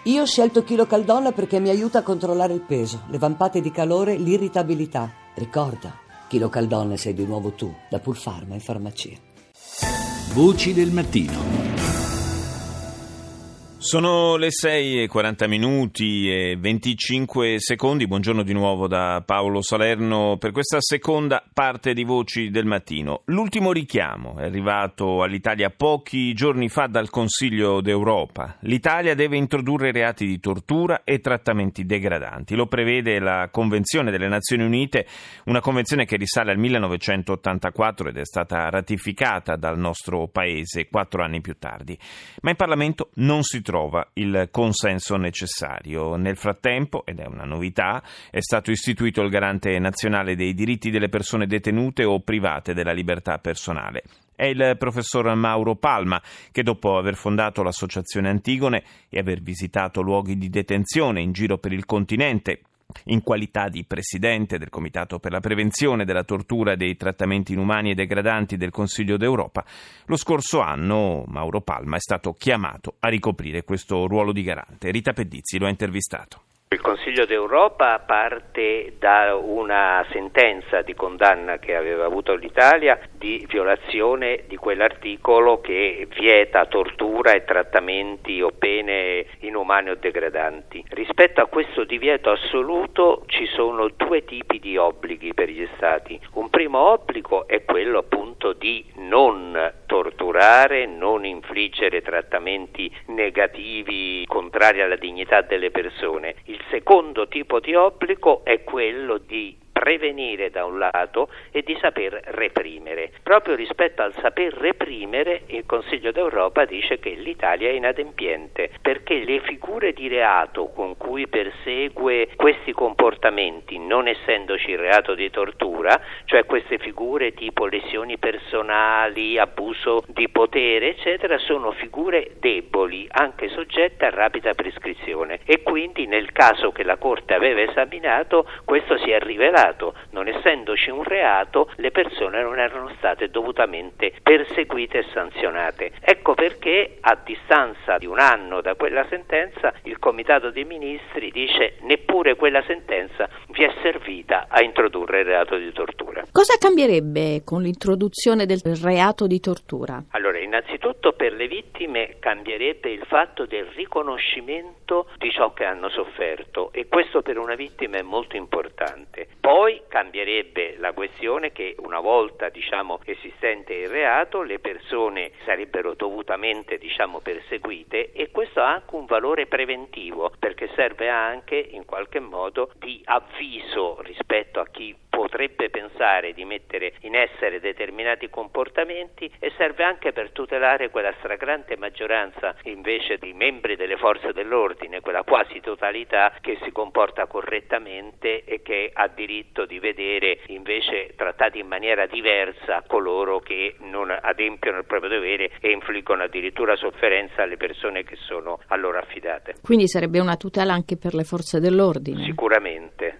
Io ho scelto Kilocaldon perché mi aiuta a controllare il peso, le vampate di calore, l'irritabilità. Ricorda, Kilocaldon sei di nuovo tu, da Pulpharma in farmacia. Voci del mattino. Sono le 6:40 e 25 secondi. Buongiorno di nuovo da Paolo Salerno per questa seconda parte di Voci del Mattino. L'ultimo richiamo è arrivato all'Italia pochi giorni fa dal Consiglio d'Europa. L'Italia deve introdurre reati di tortura e trattamenti degradanti. Lo prevede la Convenzione delle Nazioni Unite, una convenzione che risale al 1984 ed è stata ratificata dal nostro Paese 4 anni più tardi. Ma in Parlamento non si trova il consenso necessario. Nel frattempo, ed è una novità, è stato istituito il Garante nazionale dei diritti delle persone detenute o private della libertà personale. È il professor Mauro Palma che, dopo aver fondato l'associazione Antigone e aver visitato luoghi di detenzione in giro per il continente, in qualità di presidente del Comitato per la prevenzione della tortura e dei trattamenti inumani e degradanti del Consiglio d'Europa, lo scorso anno Mauro Palma è stato chiamato a ricoprire questo ruolo di garante. Rita Pedizzi lo ha intervistato. Il Consiglio d'Europa parte da una sentenza di condanna che aveva avuto l'Italia di violazione di quell'articolo che vieta tortura e trattamenti o pene inumane o degradanti. Rispetto a questo divieto assoluto ci sono due tipi di obblighi per gli Stati. Un primo obbligo è quello appunto di non torturare, non infliggere trattamenti negativi contrari alla dignità delle persone. Il secondo tipo di obbligo è quello di prevenire da un lato e di saper reprimere. Proprio rispetto al saper reprimere, il Consiglio d'Europa dice che l'Italia è inadempiente perché le figure di reato con cui persegue questi comportamenti, non essendoci il reato di tortura, cioè queste figure tipo lesioni personali, abuso di potere, eccetera, sono figure deboli, anche soggette a rapida prescrizione, e quindi nel caso che la Corte aveva esaminato questo si è rivelato. Non essendoci un reato, le persone non erano state dovutamente perseguite e sanzionate. Ecco perché a distanza di un anno da quella sentenza il Comitato dei Ministri dice neppure quella sentenza vi è servita a introdurre il reato di tortura. Cosa cambierebbe con l'introduzione del reato di tortura? Allora, innanzitutto per le vittime cambierebbe il fatto del riconoscimento di ciò che hanno sofferto, e questo per una vittima è molto importante. Poi cambierebbe la questione che una volta esistente il reato, le persone sarebbero dovutamente perseguite, e questo ha anche un valore preventivo perché serve anche in qualche modo di avviso rispetto a chi potrebbe pensare di mettere in essere determinati comportamenti, e serve anche per tutelare quella stragrande maggioranza invece di membri delle forze dell'ordine, quella quasi totalità che si comporta correttamente e che ha diritto di vedere invece trattati in maniera diversa coloro che non adempiono il proprio dovere e infliggono addirittura sofferenza alle persone che sono a loro affidate. Quindi sarebbe una tutela anche per le forze dell'ordine? Sicuramente.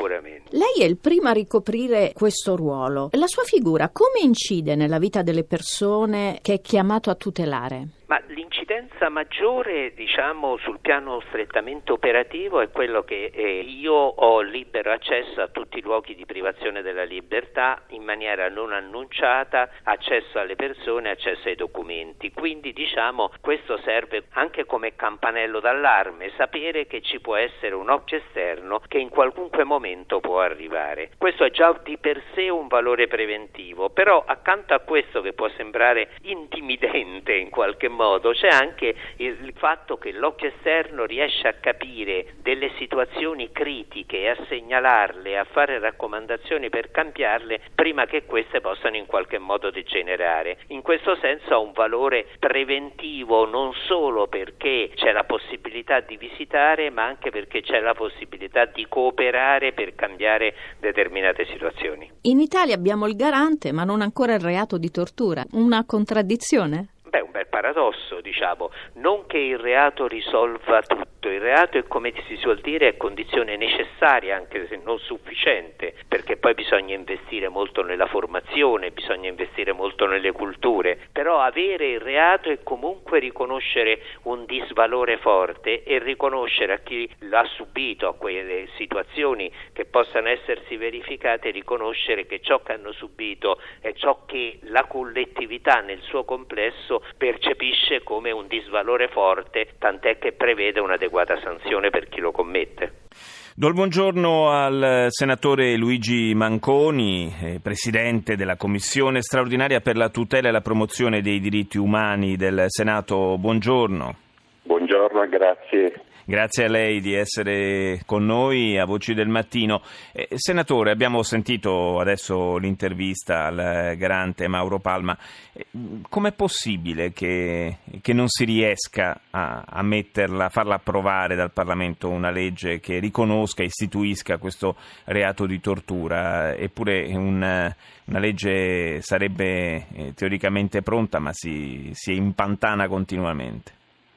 Lei è il primo a ricoprire questo ruolo. La sua figura come incide nella vita delle persone che è chiamato a tutelare? Ma l'incidenza maggiore, sul piano strettamente operativo, è quello che io ho libero accesso a tutti i luoghi di privazione della libertà in maniera non annunciata, accesso alle persone, accesso ai documenti. Quindi questo serve anche come campanello d'allarme, sapere che ci può essere un occhio esterno che in qualunque momento può arrivare. Questo è già di per sé un valore preventivo, però accanto a questo, che può sembrare intimidente in qualche modo, c'è anche il fatto che l'occhio esterno riesce a capire delle situazioni critiche e a segnalarle, a fare raccomandazioni per cambiarle prima che queste possano in qualche modo degenerare. In questo senso ha un valore preventivo, non solo perché c'è la possibilità di visitare, ma anche perché c'è la possibilità di cooperare per cambiare determinate situazioni. In Italia abbiamo il garante, ma non ancora il reato di tortura. Una contraddizione? Un bel paradosso, non che il reato risolva tutto, tutto il reato è, come si suol dire, è condizione necessaria, anche se non sufficiente, perché poi bisogna investire molto nella formazione, bisogna investire molto nelle culture, però avere il reato è comunque riconoscere un disvalore forte e riconoscere a chi l'ha subito, a quelle situazioni che possano essersi verificate, riconoscere che ciò che hanno subito è ciò che la collettività nel suo complesso percepisce come un disvalore forte, tant'è che prevede un'adeguata sanzione per chi lo commette. Do il buongiorno al senatore Luigi Manconi, presidente della Commissione straordinaria per la tutela e la promozione dei diritti umani del Senato. Buongiorno. Buongiorno, grazie. Grazie a lei di essere con noi a Voci del Mattino. Senatore, abbiamo sentito adesso l'intervista al garante Mauro Palma. Com'è possibile che non si riesca a metterla, a farla approvare dal Parlamento una legge che riconosca e istituisca questo reato di tortura? Eppure una legge sarebbe teoricamente pronta, ma si impantana continuamente.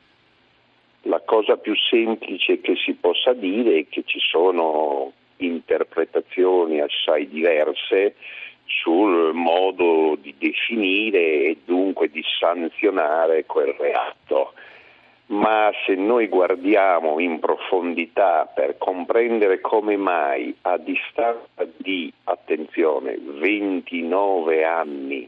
La cosa più semplice che si possa dire è che ci sono interpretazioni assai diverse sul modo di definire e dunque di sanzionare quel reato. Ma se noi guardiamo in profondità per comprendere come mai a distanza di, attenzione, 29 anni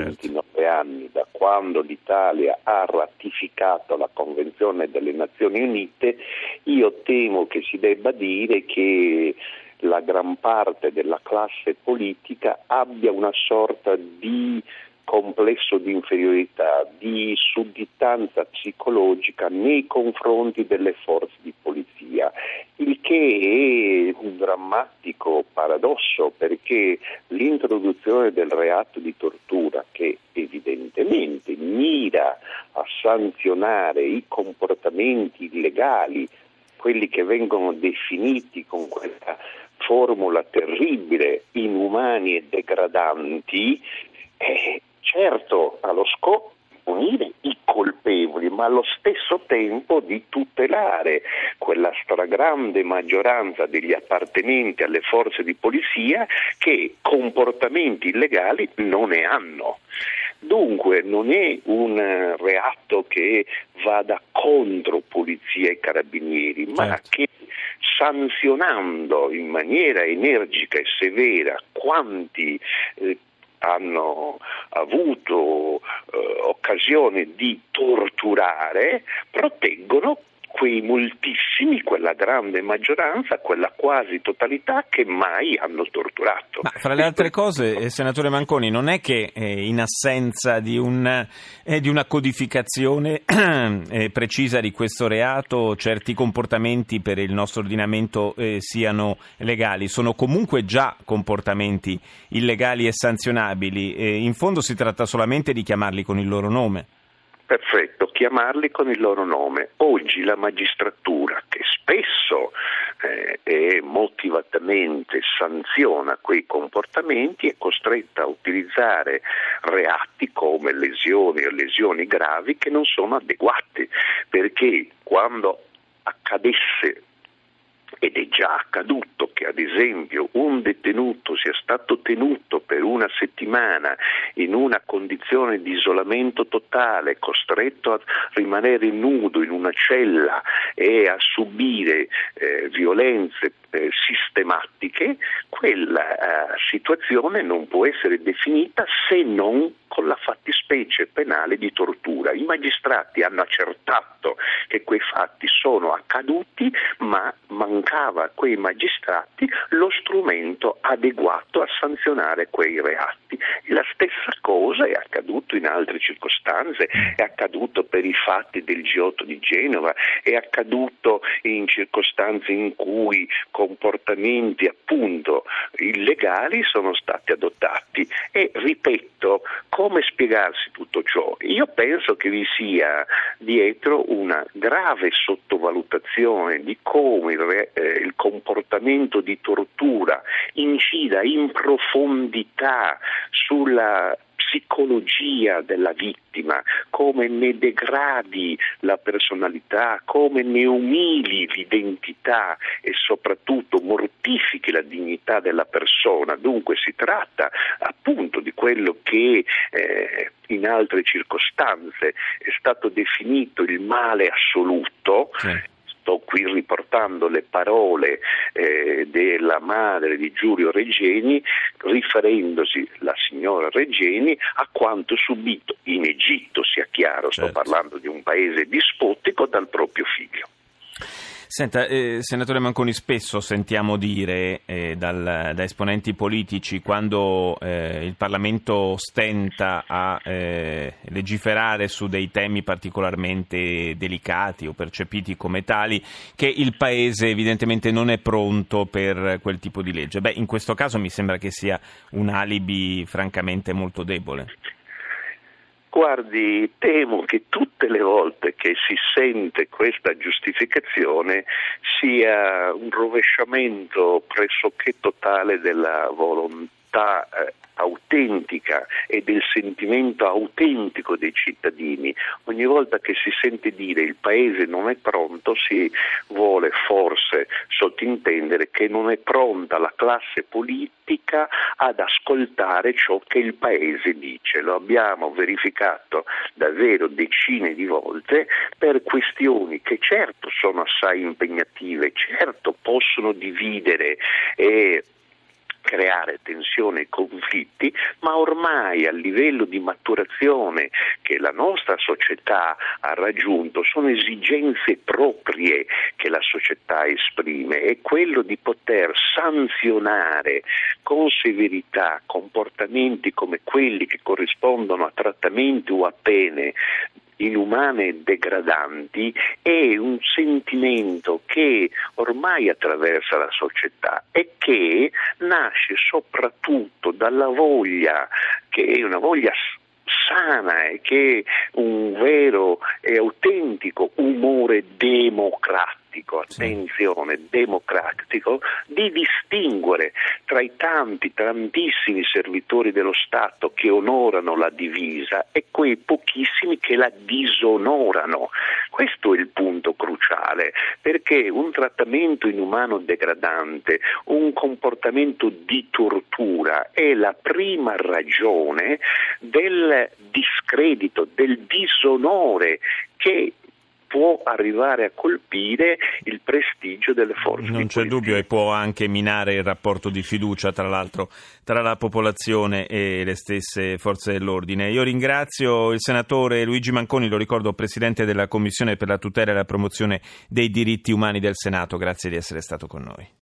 da quando l'Italia ha ratificato la Convenzione delle Nazioni Unite, io temo che si debba dire che la gran parte della classe politica abbia una sorta di complesso di inferiorità, di sudditanza psicologica nei confronti delle forze di polizia, il che è un drammatico paradosso, perché l'introduzione del reato di tortura, che evidentemente mira a sanzionare i comportamenti illegali, quelli che vengono definiti con quella formula terribile, inumani e degradanti, certo ha lo scopo di punire i colpevoli, ma allo stesso tempo di tutelare quella stragrande maggioranza degli appartenenti alle forze di polizia che comportamenti illegali non ne hanno. Dunque non è un reato che vada contro polizia e carabinieri, ma che sanzionando in maniera energica e severa quanti hanno avuto occasione di torturare, proteggono quei moltissimi, quella grande maggioranza, quella quasi totalità che mai hanno torturato. Ma fra le altre cose, senatore Manconi, non è che in assenza di una codificazione precisa di questo reato certi comportamenti per il nostro ordinamento siano legali, sono comunque già comportamenti illegali e sanzionabili, in fondo si tratta solamente di chiamarli con il loro nome. Perfetto, chiamarli con il loro nome. Oggi la magistratura, che spesso e motivatamente sanziona quei comportamenti, è costretta a utilizzare reati come lesioni o lesioni gravi che non sono adeguati, perché quando accadesse, ed è già accaduto, che ad esempio un detenuto sia stato tenuto per una settimana in una condizione di isolamento totale, costretto a rimanere nudo in una cella e a subire violenze sistematiche, quella situazione non può essere definita se non con la fattispecie penale di tortura. I magistrati hanno accertato che quei fatti sono accaduti, ma mancava a quei magistrati lo strumento adeguato a sanzionare quei reati. E la stessa cosa è accaduto in altre circostanze, è accaduto per i fatti del G8 di Genova, è accaduto in circostanze in cui comportamenti appunto illegali sono stati adottati. E ripeto, come spiegarsi tutto ciò? Io penso che vi sia dietro una grave sottovalutazione di come il comportamento di tortura incida in profondità sulla psicologia della vittima, come ne degradi la personalità, come ne umili l'identità e soprattutto mortifichi la dignità della persona. Dunque si tratta appunto di quello che in altre circostanze è stato definito il male assoluto. Sì. Sto qui riportando le parole della madre di Giulio Regeni, riferendosi la signora Regeni a quanto subito in Egitto, sia chiaro, certo. Sto parlando di un paese dispotico, dal proprio figlio. Senta, senatore Manconi, spesso sentiamo dire da esponenti politici, quando il Parlamento stenta a legiferare su dei temi particolarmente delicati o percepiti come tali, che il Paese evidentemente non è pronto per quel tipo di legge. In questo caso mi sembra che sia un alibi francamente molto debole. Guardi, temo che tutte le volte che si sente questa giustificazione sia un rovesciamento pressoché totale della volontà autentica e del sentimento autentico dei cittadini. Ogni volta che si sente dire il Paese non è pronto, si vuole forse sottintendere che non è pronta la classe politica ad ascoltare ciò che il Paese dice. Lo abbiamo verificato davvero decine di volte per questioni che certo sono assai impegnative, certo possono dividere e creare tensione e conflitti, ma ormai a livello di maturazione che la nostra società ha raggiunto sono esigenze proprie che la società esprime, è quello di poter sanzionare con severità comportamenti come quelli che corrispondono a trattamenti o a pene inumane e degradanti, è un sentimento che ormai attraversa la società e che nasce soprattutto dalla voglia, che è una voglia sana e che è un vero e autentico umore democratico, attenzione, democratico, di distinguere tra i tantissimi servitori dello Stato che onorano la divisa e quei pochissimi che la disonorano. Questo è il punto cruciale, perché un trattamento inumano degradante, un comportamento di tortura è la prima ragione del discredito, del disonore che può arrivare a colpire il prestigio delle forze. Non c'è dubbio, e può anche minare il rapporto di fiducia, tra l'altro, tra la popolazione e le stesse forze dell'ordine. Io ringrazio il senatore Luigi Manconi, lo ricordo presidente della Commissione per la tutela e la promozione dei diritti umani del Senato. Grazie di essere stato con noi.